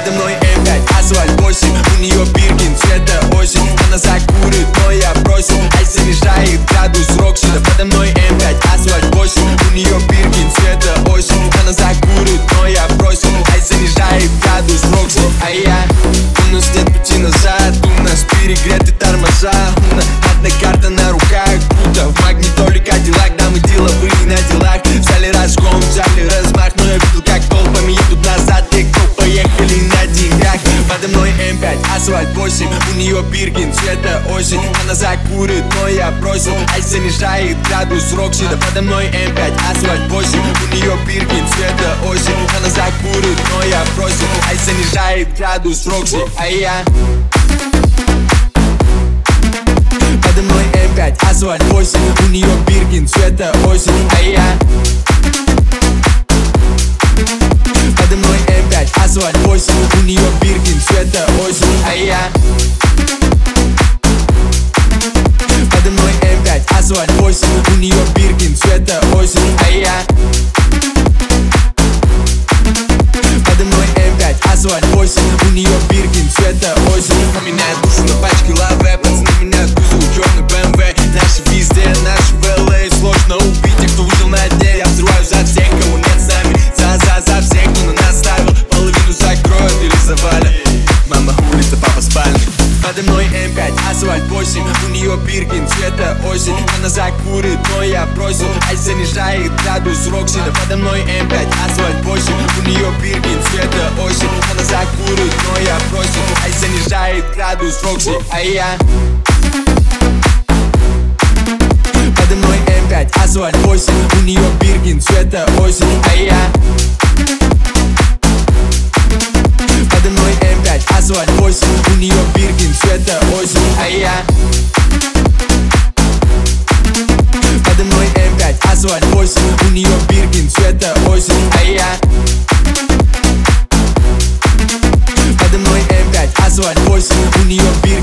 Подо мной М5, асфальт 8. У нее Биркин, цвета осень. Она закурит, но я бросил. Ай занижает градус Рокси. Да подо мной М5, асфальт 8. У нее Биркин, цвета осень. Она закурит, но я бросил. Ай занижает градус Рокси. А я, у нас нет пути назад. У нас перегреты тормоза. У нас одна карта на руках. Круто, в магнитоле Кадиллак. Да мы деловые на делах. Взяли разгон, взяли размах. Но я видел, как толпами едут назад. Те, кто поехали на деньгах. Подо мной М5, асфальт 8. У нее Биркин, цвета осень. Она закурит, но я бросил. Ай занижает градус Рокси. Да подо мной М5, асфальт 8. У нее Биркин, цвета осень. Она закурит, но я бросил. Ай занижает градус Рокси. А я подо мной М5, асфальт 8. У нее Биркин, цвета осень. А я подо мной М5, асфальт 8. У нее Биркин, цвета осень. А я подо мной М5, асфальт 8. У нее Биркин, цвета осень. А я подо мной М5, асфальт 8. У нее Биркин, цвета осень. На меня душу на пачке лаве. Пацаны меняют кузов, черный БМВ. Наши везде, наши в ЛА. Сложно убить тех, кто выжил на дне. Я взрываю за всех, кого нет с нами. За всех, кто на нас ставил. Половину закроют или завалят. Мама улица, папа спальный. Подо мной М5, асфальт 8. У нее Биркин, цвета осень. Она закурит, но я бросил. Ай занижает градус Рокси. Да подо мной М5, асфальт 8. У нее Биркин, цвета осень. Она закурит, но я бросил. Ай занижает градус Рокси. А я подо мной М5, асфальт 8. У нее Биркин, цвета осень. А я подо мной М5, асфальт 8. У нее Биркин, цвета осень. А я подо мной М5, асфальт 8. У нее Биркин, цвета осень. А я подо мной М5, асфальт 8. У нее Биркин.